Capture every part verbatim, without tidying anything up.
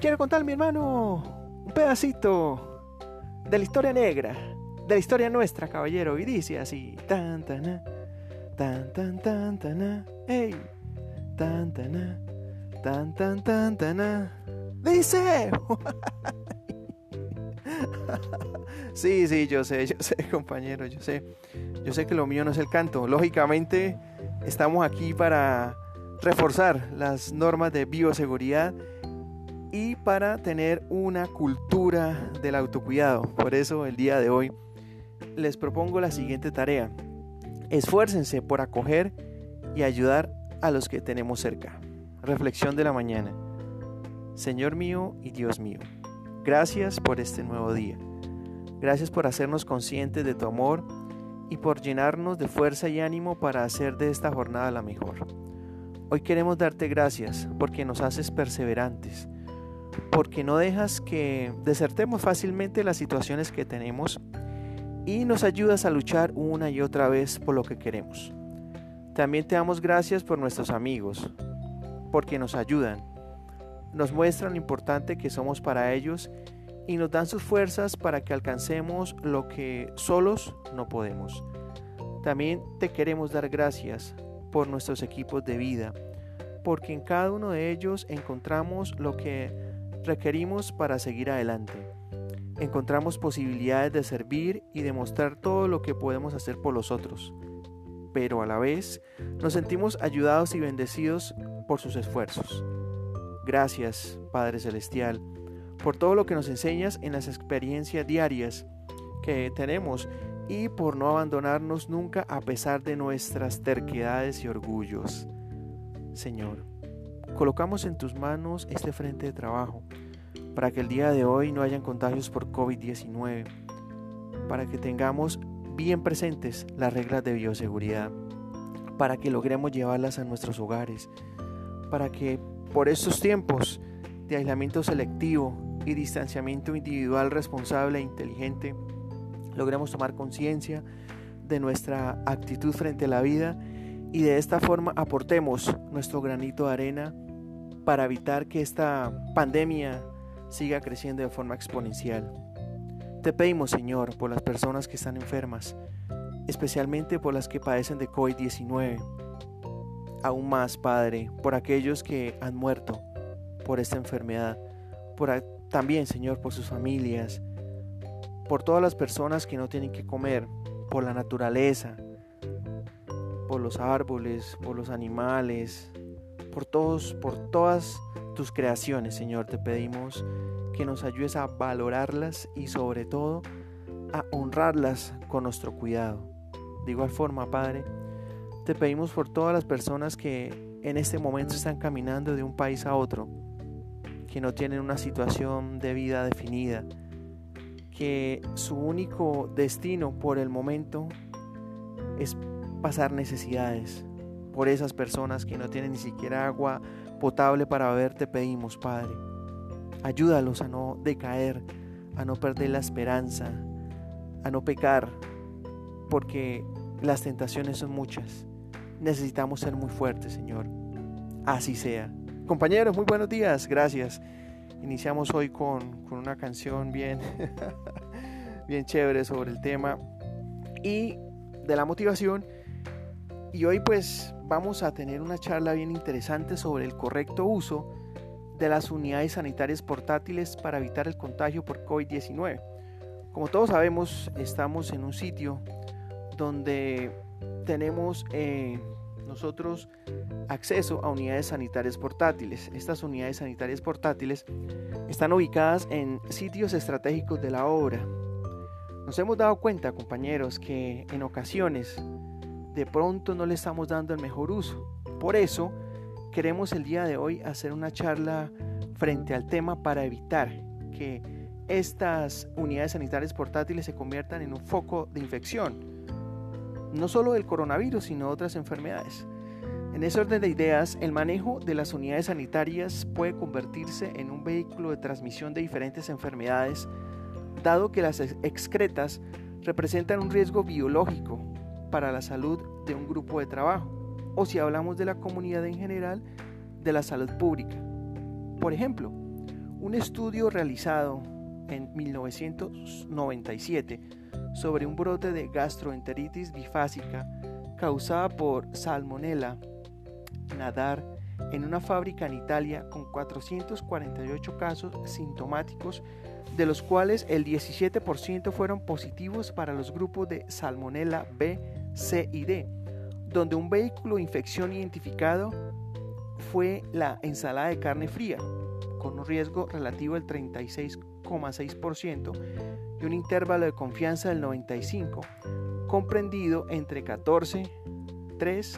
quiero contar, mi hermano, un pedacito de la historia negra, de la historia nuestra, caballero. Y dice así: tan tan tan tan tan tan, ey, tan tan tan tan tan tan. Dice. Sí, sí, yo sé, yo sé, compañero, yo sé. Yo sé que lo mío no es el canto. Lógicamente, estamos aquí para reforzar las normas de bioseguridad y para tener una cultura del autocuidado. Por eso, el día de hoy les propongo la siguiente tarea: esfuércense por acoger y ayudar a los que tenemos cerca. Reflexión de la mañana. Señor mío y Dios mío, gracias por este nuevo día. Gracias por hacernos conscientes de tu amor y por llenarnos de fuerza y ánimo para hacer de esta jornada la mejor. Hoy queremos darte gracias porque nos haces perseverantes, porque no dejas que desertemos fácilmente las situaciones que tenemos y nos ayudas a luchar una y otra vez por lo que queremos. También te damos gracias por nuestros amigos, porque nos ayudan, nos muestran lo importante que somos para ellos y nos dan sus fuerzas para que alcancemos lo que solos no podemos. También te queremos dar gracias por nuestros equipos de vida, porque en cada uno de ellos encontramos lo que requerimos para seguir adelante. Encontramos posibilidades de servir y demostrar todo lo que podemos hacer por los otros, pero a la vez nos sentimos ayudados y bendecidos por sus esfuerzos. Gracias, Padre Celestial, por todo lo que nos enseñas en las experiencias diarias que tenemos y por no abandonarnos nunca a pesar de nuestras terquedades y orgullos. Señor, colocamos en tus manos este frente de trabajo para que el día de hoy no hayan contagios por covid diecinueve, para que tengamos bien presentes las reglas de bioseguridad, para que logremos llevarlas a nuestros hogares, para que por estos tiempos de aislamiento selectivo y distanciamiento individual responsable e inteligente, logremos tomar conciencia de nuestra actitud frente a la vida y de esta forma aportemos nuestro granito de arena para evitar que esta pandemia siga creciendo de forma exponencial. Te pedimos, Señor, por las personas que están enfermas, especialmente por las que padecen de covid diecinueve. Aún más, Padre, por aquellos que han muerto por esta enfermedad, por a, también, Señor, por sus familias, por todas las personas que no tienen que comer, por la naturaleza, por los árboles, por los animales, por todos, por todas tus creaciones, Señor. Te pedimos que nos ayudes a valorarlas y sobre todo a honrarlas con nuestro cuidado. De igual forma, Padre, te pedimos por todas las personas que en este momento están caminando de un país a otro, que no tienen una situación de vida definida, que su único destino por el momento es pasar necesidades. Por esas personas que no tienen ni siquiera agua potable para beber, te pedimos, Padre, ayúdalos a no decaer, a no perder la esperanza, a no pecar, porque las tentaciones son muchas. Necesitamos ser muy fuertes, Señor. Así sea. Compañeros, muy buenos días, gracias. Iniciamos hoy con, con una canción bien, bien chévere sobre el tema y de la motivación. Y hoy pues vamos a tener una charla bien interesante sobre el correcto uso de las unidades sanitarias portátiles para evitar el contagio por covid diecinueve. Como todos sabemos, estamos en un sitio donde tenemos eh, nosotros acceso a unidades sanitarias portátiles. Estas unidades sanitarias portátiles están ubicadas en sitios estratégicos de la obra. Nos hemos dado cuenta, compañeros, que en ocasiones de pronto no le estamos dando el mejor uso. Por eso queremos el día de hoy hacer una charla frente al tema para evitar que estas unidades sanitarias portátiles se conviertan en un foco de infección, no solo del coronavirus, sino de otras enfermedades. En ese orden de ideas, el manejo de las unidades sanitarias puede convertirse en un vehículo de transmisión de diferentes enfermedades, dado que las excretas representan un riesgo biológico para la salud de un grupo de trabajo, o si hablamos de la comunidad en general, de la salud pública. Por ejemplo, Un estudio realizado en mil novecientos noventa y siete sobre un brote de gastroenteritis bifásica causada por Salmonella Nadar en una fábrica en Italia con cuatrocientos cuarenta y ocho casos sintomáticos, de los cuales el diecisiete por ciento fueron positivos para los grupos de Salmonella B, C y D, donde un vehículo de infección identificado fue la ensalada de carne fría, con un riesgo relativo del treinta y seis coma seis por ciento y un intervalo de confianza del noventa y cinco por ciento, comprendido entre catorce, tres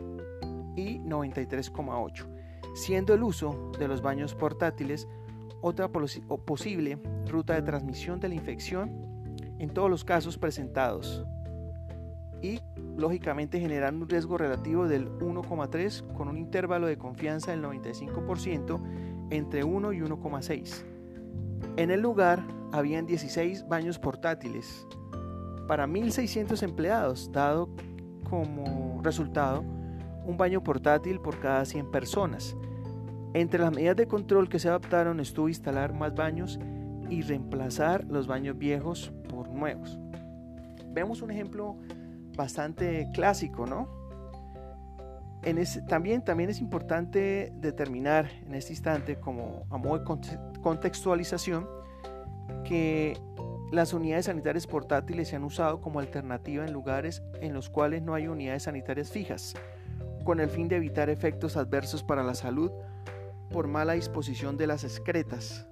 y noventa y tres coma ocho por ciento, siendo el uso de los baños portátiles otra pos- posible ruta de transmisión de la infección en todos los casos presentados, y lógicamente generan un riesgo relativo del uno coma tres con un intervalo de confianza del noventa y cinco por ciento entre uno y uno coma seis. En el lugar habían dieciséis baños portátiles para mil seiscientos empleados, dado como resultado un baño portátil por cada cien personas. Entre las medidas de control que se adoptaron estuvo instalar más baños y reemplazar los baños viejos por nuevos. Vemos un ejemplo bastante clásico, ¿no? En ese, también, también es importante determinar en este instante, como a modo de contextualización, que las unidades sanitarias portátiles se han usado como alternativa en lugares en los cuales no hay unidades sanitarias fijas, con el fin de evitar efectos adversos para la salud por mala disposición de las excretas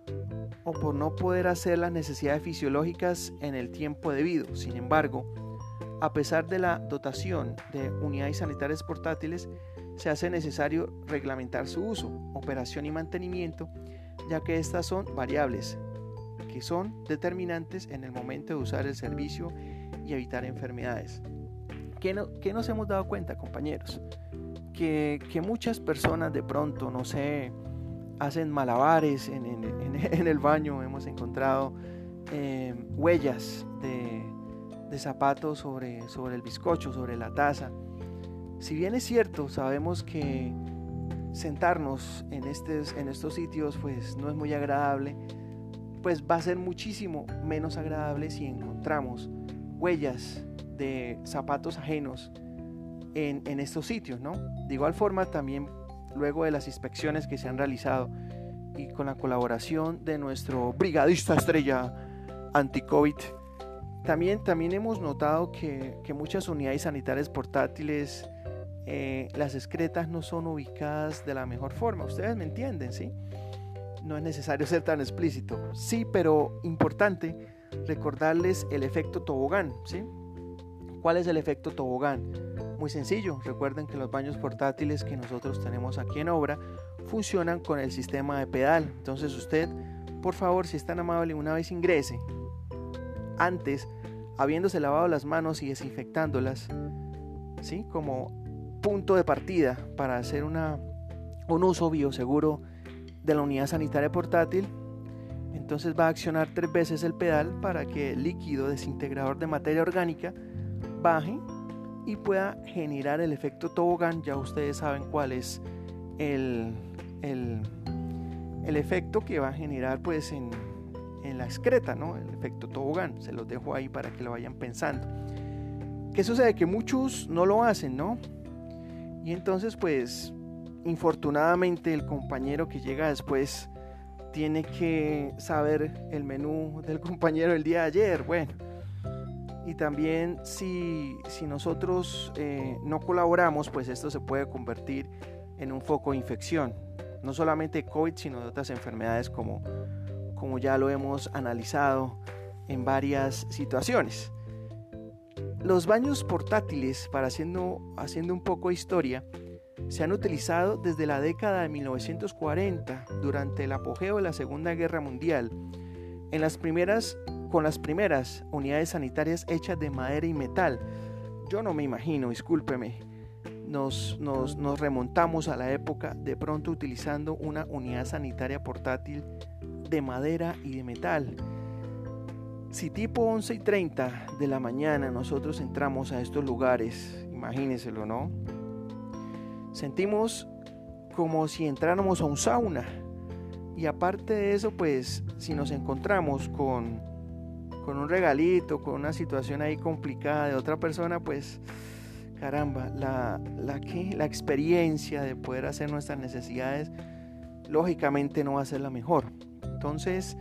o por no poder hacer las necesidades fisiológicas en el tiempo debido. Sin embargo, a pesar de la dotación de unidades sanitarias portátiles, se hace necesario reglamentar su uso, operación y mantenimiento, ya que estas son variables que son determinantes en el momento de usar el servicio y evitar enfermedades. ¿Qué, no, qué nos hemos dado cuenta, compañeros? Que, que muchas personas de pronto, no sé, hacen malabares en, en, en, en el baño. Hemos encontrado eh, huellas de, de zapatos sobre, sobre el bizcocho, sobre la taza. Si bien es cierto, sabemos que sentarnos en, estes, en estos sitios pues no es muy agradable, pues va a ser muchísimo menos agradable si encontramos huellas de zapatos ajenos en, en estos sitios, ¿no? De igual forma, también luego de las inspecciones que se han realizado y con la colaboración de nuestro brigadista estrella anti-COVID, también, también hemos notado que, que muchas unidades sanitarias portátiles, eh, las excretas no son ubicadas de la mejor forma. Ustedes me entienden, ¿sí? No es necesario ser tan explícito. Sí, pero importante recordarles el efecto tobogán, ¿sí? ¿Cuál es el efecto tobogán? Muy sencillo. Recuerden que los baños portátiles que nosotros tenemos aquí en obra funcionan con el sistema de pedal. Entonces usted, por favor, si es tan amable, una vez ingrese, antes, habiéndose lavado las manos y desinfectándolas, ¿sí? Como punto de partida para hacer una, un uso bioseguro de la unidad sanitaria portátil, entonces va a accionar tres veces el pedal para que el líquido desintegrador de materia orgánica baje y pueda generar el efecto tobogán. Ya ustedes saben cuál es el, el, el efecto que va a generar pues en, en la excreta, ¿no? El efecto tobogán. Se los dejo ahí para que lo vayan pensando. ¿Qué sucede? Que muchos no lo hacen, ¿no? Y entonces pues infortunadamente el compañero que llega después tiene que saber el menú del compañero del día de ayer. Bueno, y también si, si nosotros eh, no colaboramos, pues esto se puede convertir en un foco de infección, no solamente de COVID, sino de otras enfermedades como, como ya lo hemos analizado en varias situaciones. Los baños portátiles, para haciendo, haciendo un poco de historia, se han utilizado desde la década de mil novecientos cuarenta, durante el apogeo de la Segunda Guerra Mundial, en las primeras, con las primeras unidades sanitarias hechas de madera y metal. Yo no me imagino, discúlpeme, nos, nos, nos remontamos a la época de pronto utilizando una unidad sanitaria portátil de madera y de metal. Si tipo once y treinta de la mañana nosotros entramos a estos lugares, imagínenselo, ¿no? Sentimos como si entráramos a un sauna. Y aparte de eso, pues si nos encontramos con, con un regalito, con una situación ahí complicada de otra persona, pues caramba, la, la, ¿qué? la experiencia de poder hacer nuestras necesidades lógicamente no va a ser la mejor. Entonces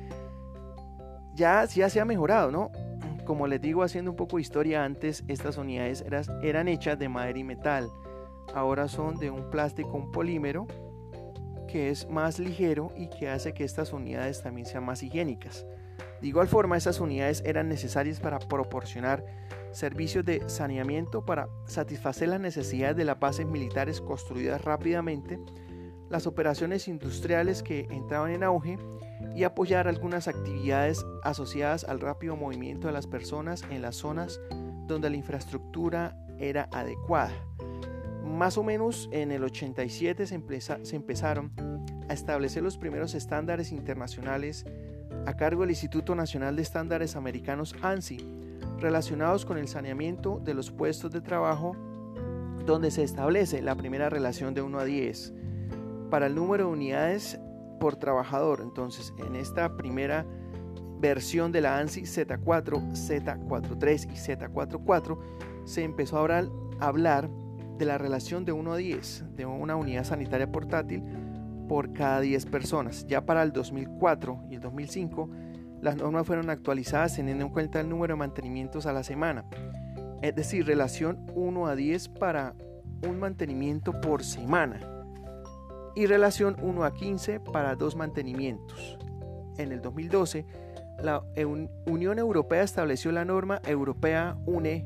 ya, ya se ha mejorado, ¿no? Como les digo, haciendo un poco de historia, antes estas unidades eran, eran hechas de madera y metal. Ahora son de un plástico, un polímero, que es más ligero y que hace que estas unidades también sean más higiénicas. De igual forma, estas unidades eran necesarias para proporcionar servicios de saneamiento para satisfacer las necesidades de las bases militares construidas rápidamente, las operaciones industriales que entraban en auge y apoyar algunas actividades asociadas al rápido movimiento de las personas en las zonas donde la infraestructura era adecuada. Más o menos en el ochenta y siete se, empeza, se empezaron a establecer los primeros estándares internacionales a cargo del Instituto Nacional de Estándares Americanos ANSI, relacionados con el saneamiento de los puestos de trabajo, donde se establece la primera relación de uno a diez para el número de unidades por trabajador. Entonces, en esta primera versión de la ANSI Z cuatro, Z cuarenta y tres y Z cuarenta y cuatro se empezó a hablar, a hablar de la relación de uno a diez, de una unidad sanitaria portátil por cada diez personas. Ya para el dos mil cuatro y el dos mil cinco, las normas fueron actualizadas teniendo en cuenta el número de mantenimientos a la semana, es decir, relación uno a diez para un mantenimiento por semana y relación uno a quince para dos mantenimientos. En el dos mil doce, la Unión Europea estableció la norma europea U N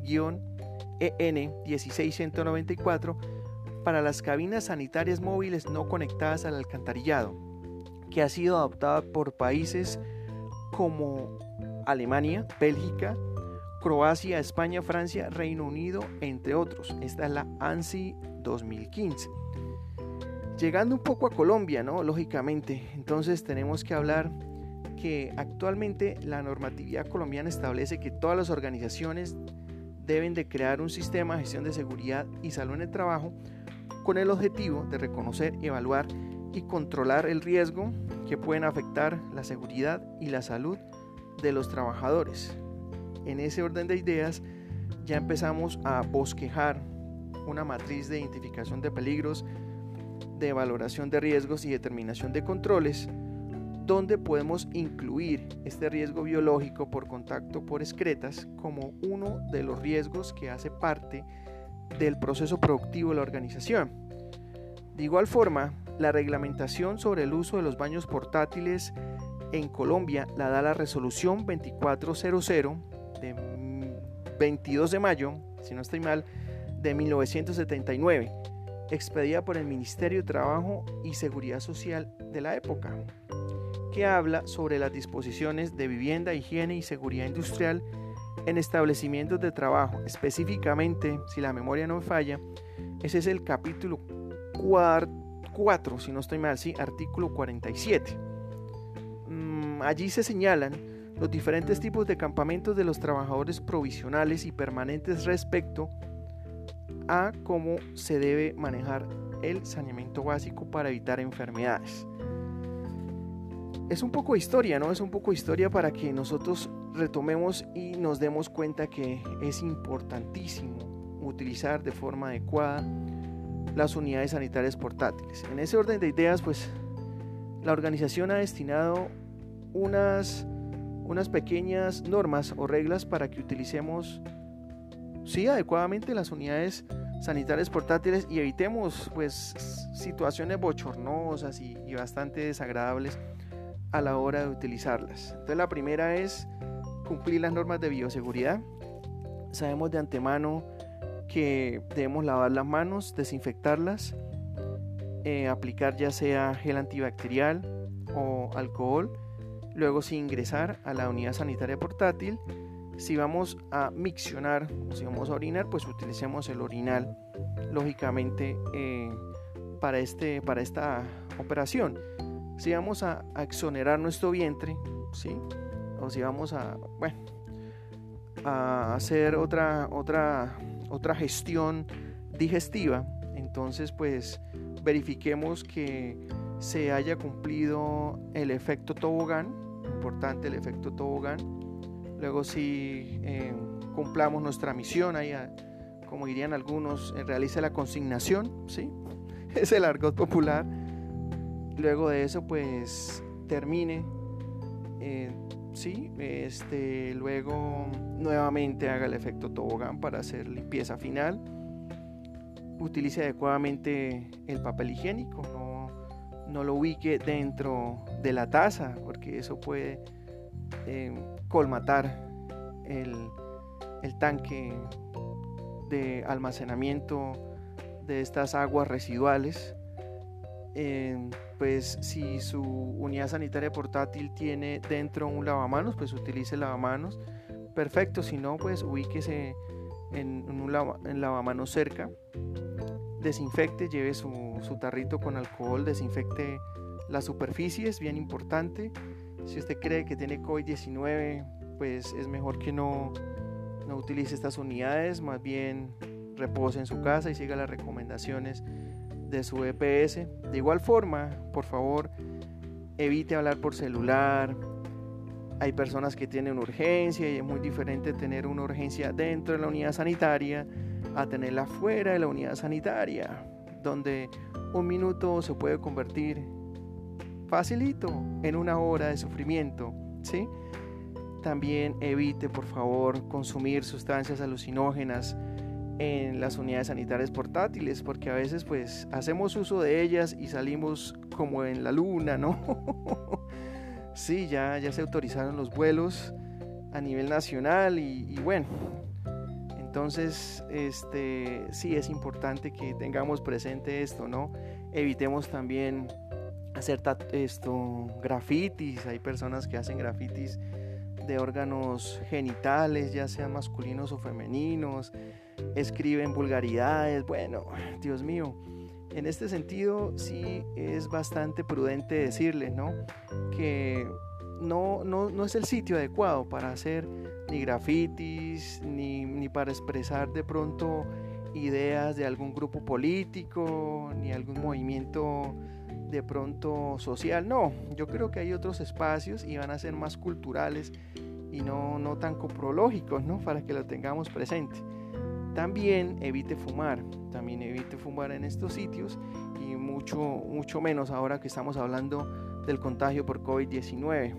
E N dieciséis ciento noventa y cuatro para las cabinas sanitarias móviles no conectadas al alcantarillado, que ha sido adoptada por países como Alemania, Bélgica, Croacia, España, Francia, Reino Unido, entre otros. Esta es la ANSI dos mil quince. Llegando un poco a Colombia, ¿no? Lógicamente, entonces tenemos que hablar que actualmente la normatividad colombiana establece que todas las organizaciones deben de crear un sistema de gestión de seguridad y salud en el trabajo con el objetivo de reconocer, evaluar y controlar el riesgo que pueden afectar la seguridad y la salud de los trabajadores. En ese orden de ideas ya empezamos a bosquejar una matriz de identificación de peligros, de valoración de riesgos y determinación de controles, donde podemos incluir este riesgo biológico por contacto por excretas como uno de los riesgos que hace parte del proceso productivo de la organización. De igual forma, la reglamentación sobre el uso de los baños portátiles en Colombia la da la resolución veinticuatrocientos de veintidós de mayo, si no estoy mal, de mil novecientos setenta y nueve, expedida por el Ministerio de Trabajo y Seguridad Social de la época, que habla sobre las disposiciones de vivienda, higiene y seguridad industrial en establecimientos de trabajo. Específicamente, si la memoria no me falla, ese es el capítulo cuatro, si no estoy mal, sí, artículo cuarenta y siete. Mm, allí se señalan los diferentes tipos de campamentos de los trabajadores provisionales y permanentes respecto a cómo se debe manejar el saneamiento básico para evitar enfermedades. Es un poco de historia, ¿no? Es un poco de historia para que nosotros retomemos y nos demos cuenta que es importantísimo utilizar de forma adecuada las unidades sanitarias portátiles. En ese orden de ideas, pues la organización ha destinado unas, unas pequeñas normas o reglas para que utilicemos sí, adecuadamente las unidades sanitarias portátiles y evitemos pues situaciones bochornosas y, y bastante desagradables a la hora de utilizarlas. Entonces la primera es cumplir las normas de bioseguridad. Sabemos de antemano que debemos lavar las manos, desinfectarlas, eh, aplicar ya sea gel antibacterial o alcohol, luego si ingresar a la unidad sanitaria portátil. Si vamos a miccionar o si vamos a orinar, pues utilicemos el orinal, lógicamente, eh, para, este, para esta operación. Si vamos a, a exonerar nuestro vientre, ¿sí? O si vamos a, bueno, a hacer otra, otra, otra gestión digestiva, entonces pues verifiquemos que se haya cumplido el efecto tobogán, importante el efecto tobogán. Luego sí eh, cumplamos nuestra misión, ahí, como dirían algunos, eh, realice la consignación, ¿sí? Es el argot popular. Luego de eso pues termine, eh, sí, este, luego nuevamente haga el efecto tobogán para hacer limpieza final. Utilice adecuadamente el papel higiénico, no, no lo ubique dentro de la taza, porque eso puede eh, colmatar el, el tanque de almacenamiento de estas aguas residuales. Eh, pues si su unidad sanitaria portátil tiene dentro un lavamanos, pues utilice el lavamanos, perfecto. Si no, pues ubíquese en, en un lava, en lavamanos cerca, desinfecte, lleve su, su tarrito con alcohol, desinfecte las superficies, bien importante. Si usted cree que tiene COVID diecinueve, pues es mejor que no, no utilice estas unidades, más bien repose en su casa y siga las recomendaciones de su E P S. De igual forma, por favor, evite hablar por celular. Hay personas que tienen urgencia y es muy diferente tener una urgencia dentro de la unidad sanitaria a tenerla fuera de la unidad sanitaria, donde un minuto se puede convertir facilito en una hora de sufrimiento, ¿sí? También evite, por favor, consumir sustancias alucinógenas en las unidades sanitarias portátiles, porque a veces pues hacemos uso de ellas y salimos como en la luna, ¿no? Sí, ya, ya se autorizaron los vuelos a nivel nacional y, y bueno, entonces este, sí es importante que tengamos presente esto, ¿no? Evitemos también hacer esto, grafitis. Hay personas que hacen grafitis de órganos genitales, ya sean masculinos o femeninos, escriben vulgaridades. Bueno, Dios mío, en este sentido sí es bastante prudente decirles, ¿no? que no, no, no es el sitio adecuado para hacer ni grafitis, ni, ni para expresar de pronto ideas de algún grupo político, ni algún movimiento de pronto social. No, yo creo que hay otros espacios y van a ser más culturales y no, no tan coprológicos, ¿no? Para que lo tengamos presente. También evite fumar, también evite fumar en estos sitios y mucho, mucho menos ahora que estamos hablando del contagio por COVID diecinueve.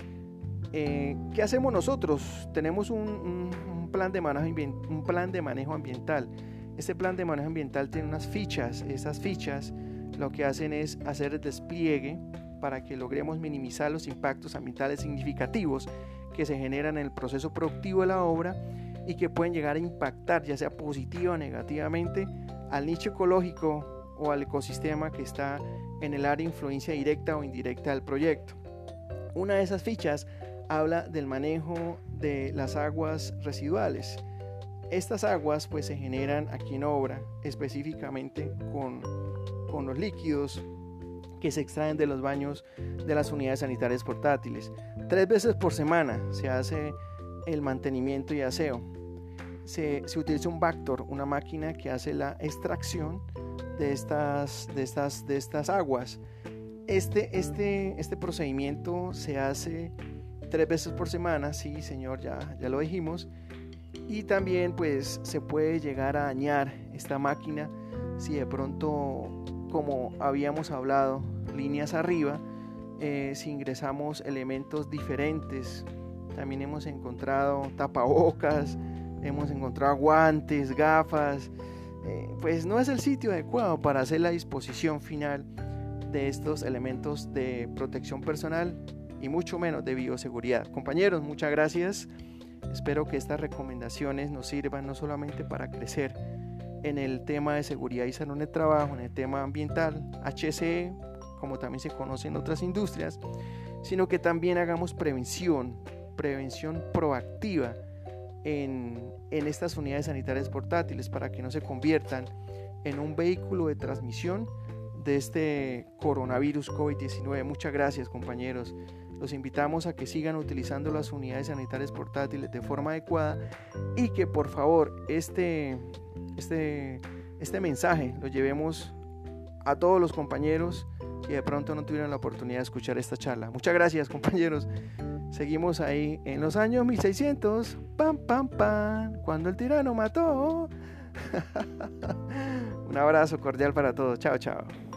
Eh, ¿Qué hacemos nosotros? Tenemos un, un, un, plan de manejo, un plan de manejo ambiental. Este plan de manejo ambiental tiene unas fichas. Esas fichas lo que hacen es hacer el despliegue para que logremos minimizar los impactos ambientales significativos que se generan en el proceso productivo de la obra y que pueden llegar a impactar, ya sea positiva o negativamente, al nicho ecológico o al ecosistema que está en el área de influencia directa o indirecta del proyecto. Una de esas fichas habla del manejo de las aguas residuales. Estas aguas pues se generan aquí en obra específicamente con, con los líquidos que se extraen de los baños de las unidades sanitarias portátiles. Tres veces por semana se hace el mantenimiento y aseo. Se, se utiliza un Vactor, una máquina que hace la extracción de estas, de estas, de estas aguas. Este, este, este procedimiento se hace tres veces por semana, sí señor, ya, ya lo dijimos. Y también pues se puede llegar a dañar esta máquina si de pronto, como habíamos hablado, líneas arriba, eh, si ingresamos elementos diferentes. También hemos encontrado tapabocas, hemos encontrado guantes, gafas. Eh, pues no es el sitio adecuado para hacer la disposición final de estos elementos de protección personal y mucho menos de bioseguridad. Compañeros, muchas gracias. Espero que estas recomendaciones nos sirvan no solamente para crecer en el tema de seguridad y salud en el trabajo, en el tema ambiental, H C E, como también se conoce en otras industrias, sino que también hagamos prevención, prevención proactiva en, en estas unidades sanitarias portátiles para que no se conviertan en un vehículo de transmisión de este coronavirus COVID diecinueve. Muchas gracias, compañeros. Los invitamos a que sigan utilizando las unidades sanitarias portátiles de forma adecuada y que por favor este, este, este mensaje lo llevemos a todos los compañeros que de pronto no tuvieron la oportunidad de escuchar esta charla. Muchas gracias, compañeros. Seguimos ahí en los años mil seiscientos, pam, pam, pam, cuando el tirano mató. Un abrazo cordial para todos. Chao, chao.